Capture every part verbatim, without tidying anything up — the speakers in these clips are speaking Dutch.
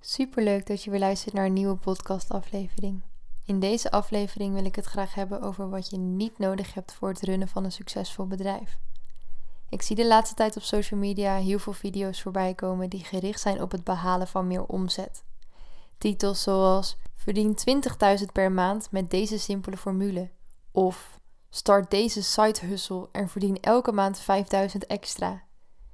Superleuk dat je weer luistert naar een nieuwe podcastaflevering. In deze aflevering wil ik het graag hebben over wat je niet nodig hebt voor het runnen van een succesvol bedrijf. Ik zie de laatste tijd op social media heel veel video's voorbij komen die gericht zijn op het behalen van meer omzet. Titels zoals verdien twintigduizend per maand met deze simpele formule of start deze side hustle en verdien elke maand vijfduizend extra.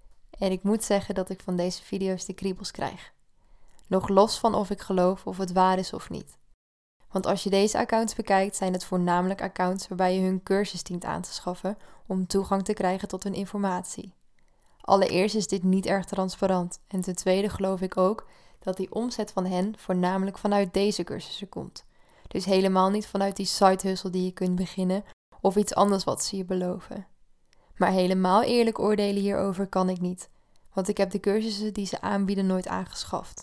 En ik moet zeggen dat ik van deze video's de kriebels krijg. Nog los van of ik geloof of het waar is of niet. Want als je deze accounts bekijkt, zijn het voornamelijk accounts waarbij je hun cursus dient aan te schaffen om toegang te krijgen tot hun informatie. Allereerst is dit niet erg transparant en ten tweede geloof ik ook dat die omzet van hen voornamelijk vanuit deze cursussen komt. Dus helemaal niet vanuit die side hustle die je kunt beginnen of iets anders wat ze je beloven. Maar helemaal eerlijk oordelen hierover kan ik niet, want ik heb de cursussen die ze aanbieden nooit aangeschaft.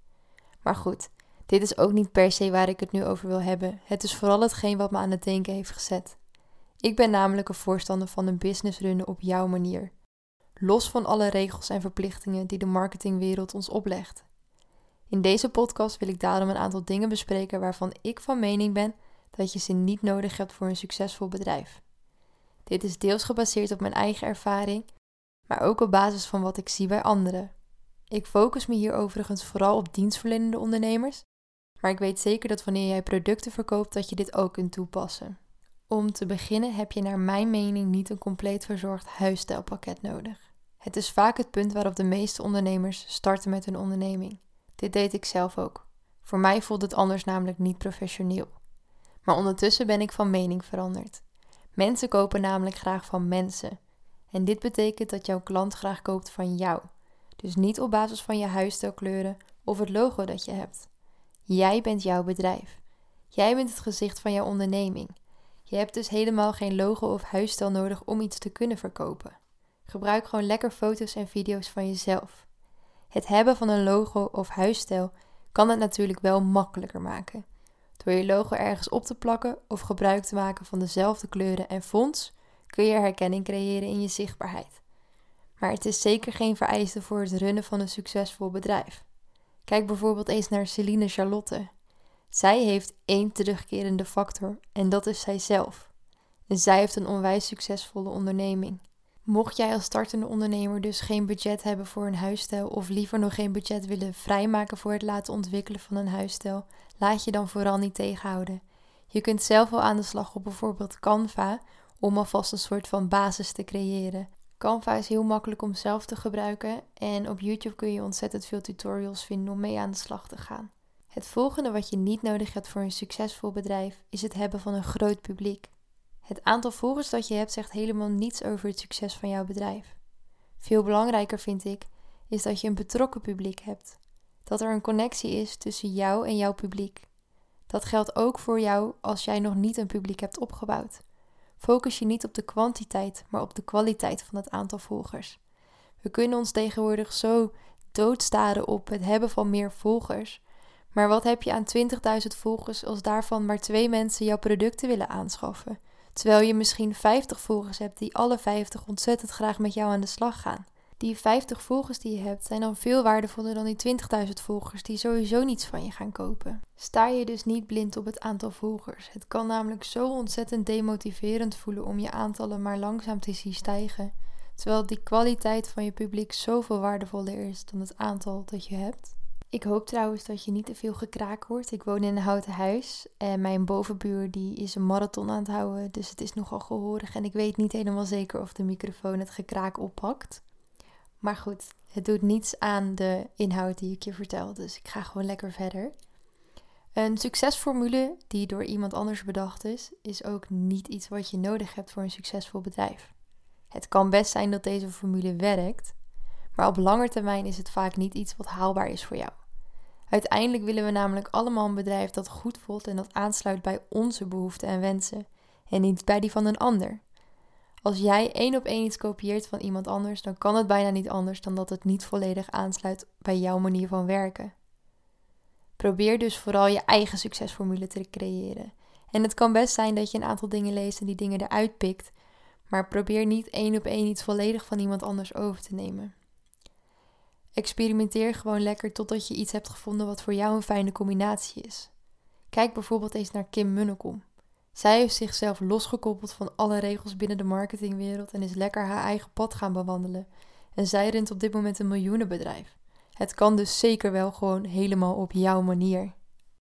Maar goed, dit is ook niet per se waar ik het nu over wil hebben. Het is vooral hetgeen wat me aan het denken heeft gezet. Ik ben namelijk een voorstander van een business runnen op jouw manier. Los van alle regels en verplichtingen die de marketingwereld ons oplegt. In deze podcast wil ik daarom een aantal dingen bespreken waarvan ik van mening ben dat je ze niet nodig hebt voor een succesvol bedrijf. Dit is deels gebaseerd op mijn eigen ervaring, maar ook op basis van wat ik zie bij anderen. Ik focus me hier overigens vooral op dienstverlenende ondernemers, maar ik weet zeker dat wanneer jij producten verkoopt dat je dit ook kunt toepassen. Om te beginnen heb je naar mijn mening niet een compleet verzorgd huisstijlpakket nodig. Het is vaak het punt waarop de meeste ondernemers starten met hun onderneming. Dit deed ik zelf ook. Voor mij voelt het anders namelijk niet professioneel. Maar ondertussen ben ik van mening veranderd. Mensen kopen namelijk graag van mensen. En dit betekent dat jouw klant graag koopt van jou. Dus niet op basis van je huisstijlkleuren of het logo dat je hebt. Jij bent jouw bedrijf. Jij bent het gezicht van jouw onderneming. Je hebt dus helemaal geen logo of huisstijl nodig om iets te kunnen verkopen. Gebruik gewoon lekker foto's en video's van jezelf. Het hebben van een logo of huisstijl kan het natuurlijk wel makkelijker maken. Door je logo ergens op te plakken of gebruik te maken van dezelfde kleuren en fonts kun je herkenning creëren in je zichtbaarheid. Maar het is zeker geen vereiste voor het runnen van een succesvol bedrijf. Kijk bijvoorbeeld eens naar Celine Charlotte. Zij heeft één terugkerende factor en dat is zijzelf. En zij heeft een onwijs succesvolle onderneming. Mocht jij als startende ondernemer dus geen budget hebben voor een huisstijl of liever nog geen budget willen vrijmaken voor het laten ontwikkelen van een huisstijl, laat je dan vooral niet tegenhouden. Je kunt zelf wel aan de slag op bijvoorbeeld Canva om alvast een soort van basis te creëren. Canva is heel makkelijk om zelf te gebruiken en op YouTube kun je ontzettend veel tutorials vinden om mee aan de slag te gaan. Het volgende wat je niet nodig hebt voor een succesvol bedrijf is het hebben van een groot publiek. Het aantal volgers dat je hebt zegt helemaal niets over het succes van jouw bedrijf. Veel belangrijker vind ik is dat je een betrokken publiek hebt. Dat er een connectie is tussen jou en jouw publiek. Dat geldt ook voor jou als jij nog niet een publiek hebt opgebouwd. Focus je niet op de kwantiteit, maar op de kwaliteit van het aantal volgers. We kunnen ons tegenwoordig zo doodstaren op het hebben van meer volgers. Maar wat heb je aan twintigduizend volgers als daarvan maar twee mensen jouw producten willen aanschaffen? Terwijl je misschien vijftig volgers hebt die alle vijftig ontzettend graag met jou aan de slag gaan. Die vijftig volgers die je hebt zijn dan veel waardevoller dan die twintigduizend volgers die sowieso niets van je gaan kopen. Sta je dus niet blind op het aantal volgers. Het kan namelijk zo ontzettend demotiverend voelen om je aantallen maar langzaam te zien stijgen. Terwijl die kwaliteit van je publiek zoveel waardevoller is dan het aantal dat je hebt. Ik hoop trouwens dat je niet te veel gekraak hoort. Ik woon in een houten huis en mijn bovenbuur die is een marathon aan het houden. Dus het is nogal gehoorig en ik weet niet helemaal zeker of de microfoon het gekraak oppakt. Maar goed, het doet niets aan de inhoud die ik je vertel, dus ik ga gewoon lekker verder. Een succesformule die door iemand anders bedacht is, is ook niet iets wat je nodig hebt voor een succesvol bedrijf. Het kan best zijn dat deze formule werkt, maar op lange termijn is het vaak niet iets wat haalbaar is voor jou. Uiteindelijk willen we namelijk allemaal een bedrijf dat goed voelt en dat aansluit bij onze behoeften en wensen en niet bij die van een ander. Als jij één op één iets kopieert van iemand anders, dan kan het bijna niet anders dan dat het niet volledig aansluit bij jouw manier van werken. Probeer dus vooral je eigen succesformule te creëren. En het kan best zijn dat je een aantal dingen leest en die dingen eruit pikt, maar probeer niet één op één iets volledig van iemand anders over te nemen. Experimenteer gewoon lekker totdat je iets hebt gevonden wat voor jou een fijne combinatie is. Kijk bijvoorbeeld eens naar Kim Munnekom. Zij heeft zichzelf losgekoppeld van alle regels binnen de marketingwereld en is lekker haar eigen pad gaan bewandelen. En zij runt op dit moment een miljoenenbedrijf. Het kan dus zeker wel gewoon helemaal op jouw manier.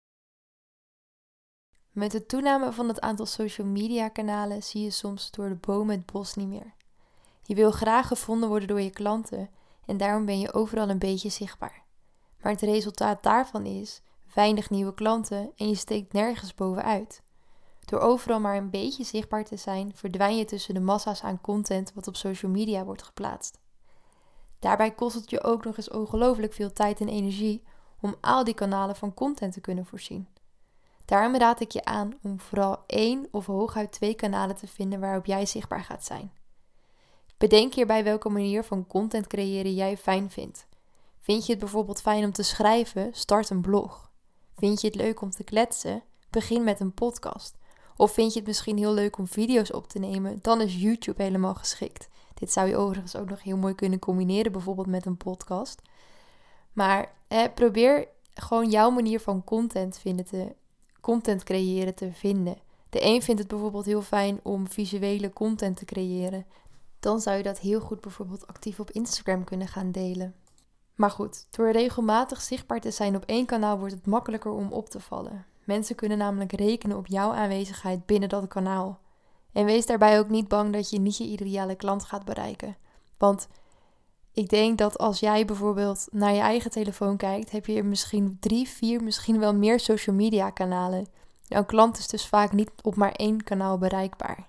Met de toename van het aantal social media kanalen zie je soms door de bomen het bos niet meer. Je wil graag gevonden worden door je klanten en daarom ben je overal een beetje zichtbaar. Maar het resultaat daarvan is weinig nieuwe klanten en je steekt nergens bovenuit. Door overal maar een beetje zichtbaar te zijn, verdwijn je tussen de massa's aan content wat op social media wordt geplaatst. Daarbij kost het je ook nog eens ongelooflijk veel tijd en energie om al die kanalen van content te kunnen voorzien. Daarom raad ik je aan om vooral één of hooguit twee kanalen te vinden waarop jij zichtbaar gaat zijn. Bedenk hierbij welke manier van content creëren jij fijn vindt. Vind je het bijvoorbeeld fijn om te schrijven? Start een blog. Vind je het leuk om te kletsen? Begin met een podcast. Of vind je het misschien heel leuk om video's op te nemen? Dan is YouTube helemaal geschikt. Dit zou je overigens ook nog heel mooi kunnen combineren, bijvoorbeeld met een podcast. Maar eh, probeer gewoon jouw manier van content, vinden te, content creëren te vinden. De een vindt het bijvoorbeeld heel fijn om visuele content te creëren. Dan zou je dat heel goed bijvoorbeeld actief op Instagram kunnen gaan delen. Maar goed, door regelmatig zichtbaar te zijn op één kanaal wordt het makkelijker om op te vallen. Mensen kunnen namelijk rekenen op jouw aanwezigheid binnen dat kanaal. En wees daarbij ook niet bang dat je niet je ideale klant gaat bereiken. Want ik denk dat als jij bijvoorbeeld naar je eigen telefoon kijkt, heb je misschien drie, vier, misschien wel meer social media kanalen. Jouw klant is dus vaak niet op maar één kanaal bereikbaar.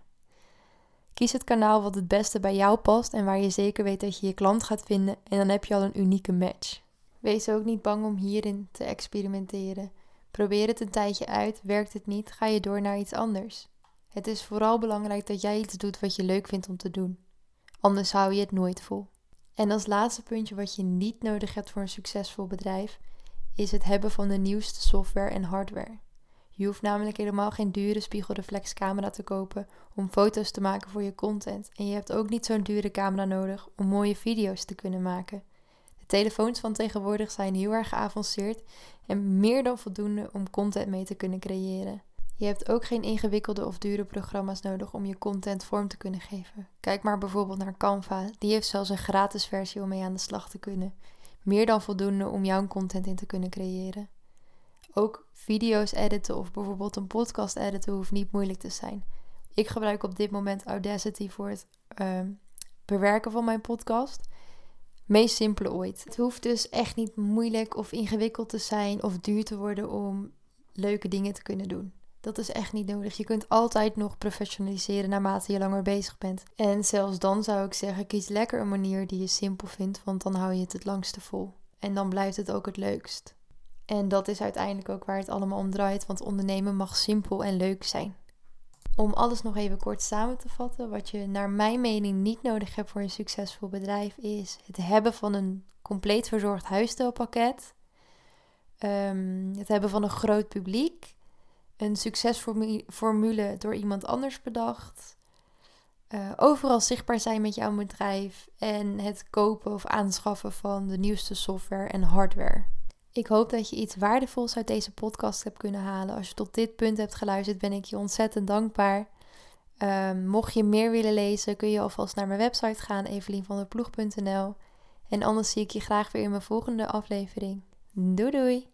Kies het kanaal wat het beste bij jou past en waar je zeker weet dat je je klant gaat vinden en dan heb je al een unieke match. Wees ook niet bang om hierin te experimenteren. Probeer het een tijdje uit, werkt het niet, ga je door naar iets anders. Het is vooral belangrijk dat jij iets doet wat je leuk vindt om te doen. Anders hou je het nooit vol. En als laatste puntje wat je niet nodig hebt voor een succesvol bedrijf, is het hebben van de nieuwste software en hardware. Je hoeft namelijk helemaal geen dure spiegelreflexcamera te kopen om foto's te maken voor je content. En je hebt ook niet zo'n dure camera nodig om mooie video's te kunnen maken. De telefoons van tegenwoordig zijn heel erg geavanceerd en meer dan voldoende om content mee te kunnen creëren. Je hebt ook geen ingewikkelde of dure programma's nodig om je content vorm te kunnen geven. Kijk maar bijvoorbeeld naar Canva, die heeft zelfs een gratis versie om mee aan de slag te kunnen. Meer dan voldoende om jouw content in te kunnen creëren. Ook video's editen of bijvoorbeeld een podcast editen hoeft niet moeilijk te zijn. Ik gebruik op dit moment Audacity voor het uh, bewerken van mijn podcast. Meest simpele ooit. Het hoeft dus echt niet moeilijk of ingewikkeld te zijn of duur te worden om leuke dingen te kunnen doen. Dat is echt niet nodig. Je kunt altijd nog professionaliseren naarmate je langer bezig bent. En zelfs dan zou ik zeggen, kies lekker een manier die je simpel vindt, want dan hou je het het langste vol. En dan blijft het ook het leukst. En dat is uiteindelijk ook waar het allemaal om draait, want ondernemen mag simpel en leuk zijn. Om alles nog even kort samen te vatten, wat je naar mijn mening niet nodig hebt voor een succesvol bedrijf, is het hebben van een compleet verzorgd huisstijlpakket, um, het hebben van een groot publiek, een succesformule door iemand anders bedacht, uh, overal zichtbaar zijn met jouw bedrijf en het kopen of aanschaffen van de nieuwste software en hardware. Ik hoop dat je iets waardevols uit deze podcast hebt kunnen halen. Als je tot dit punt hebt geluisterd, ben ik je ontzettend dankbaar. Um, mocht je meer willen lezen, kun je alvast naar mijn website gaan, evelien van der ploeg punt n l. En anders zie ik je graag weer in mijn volgende aflevering. Doei doei!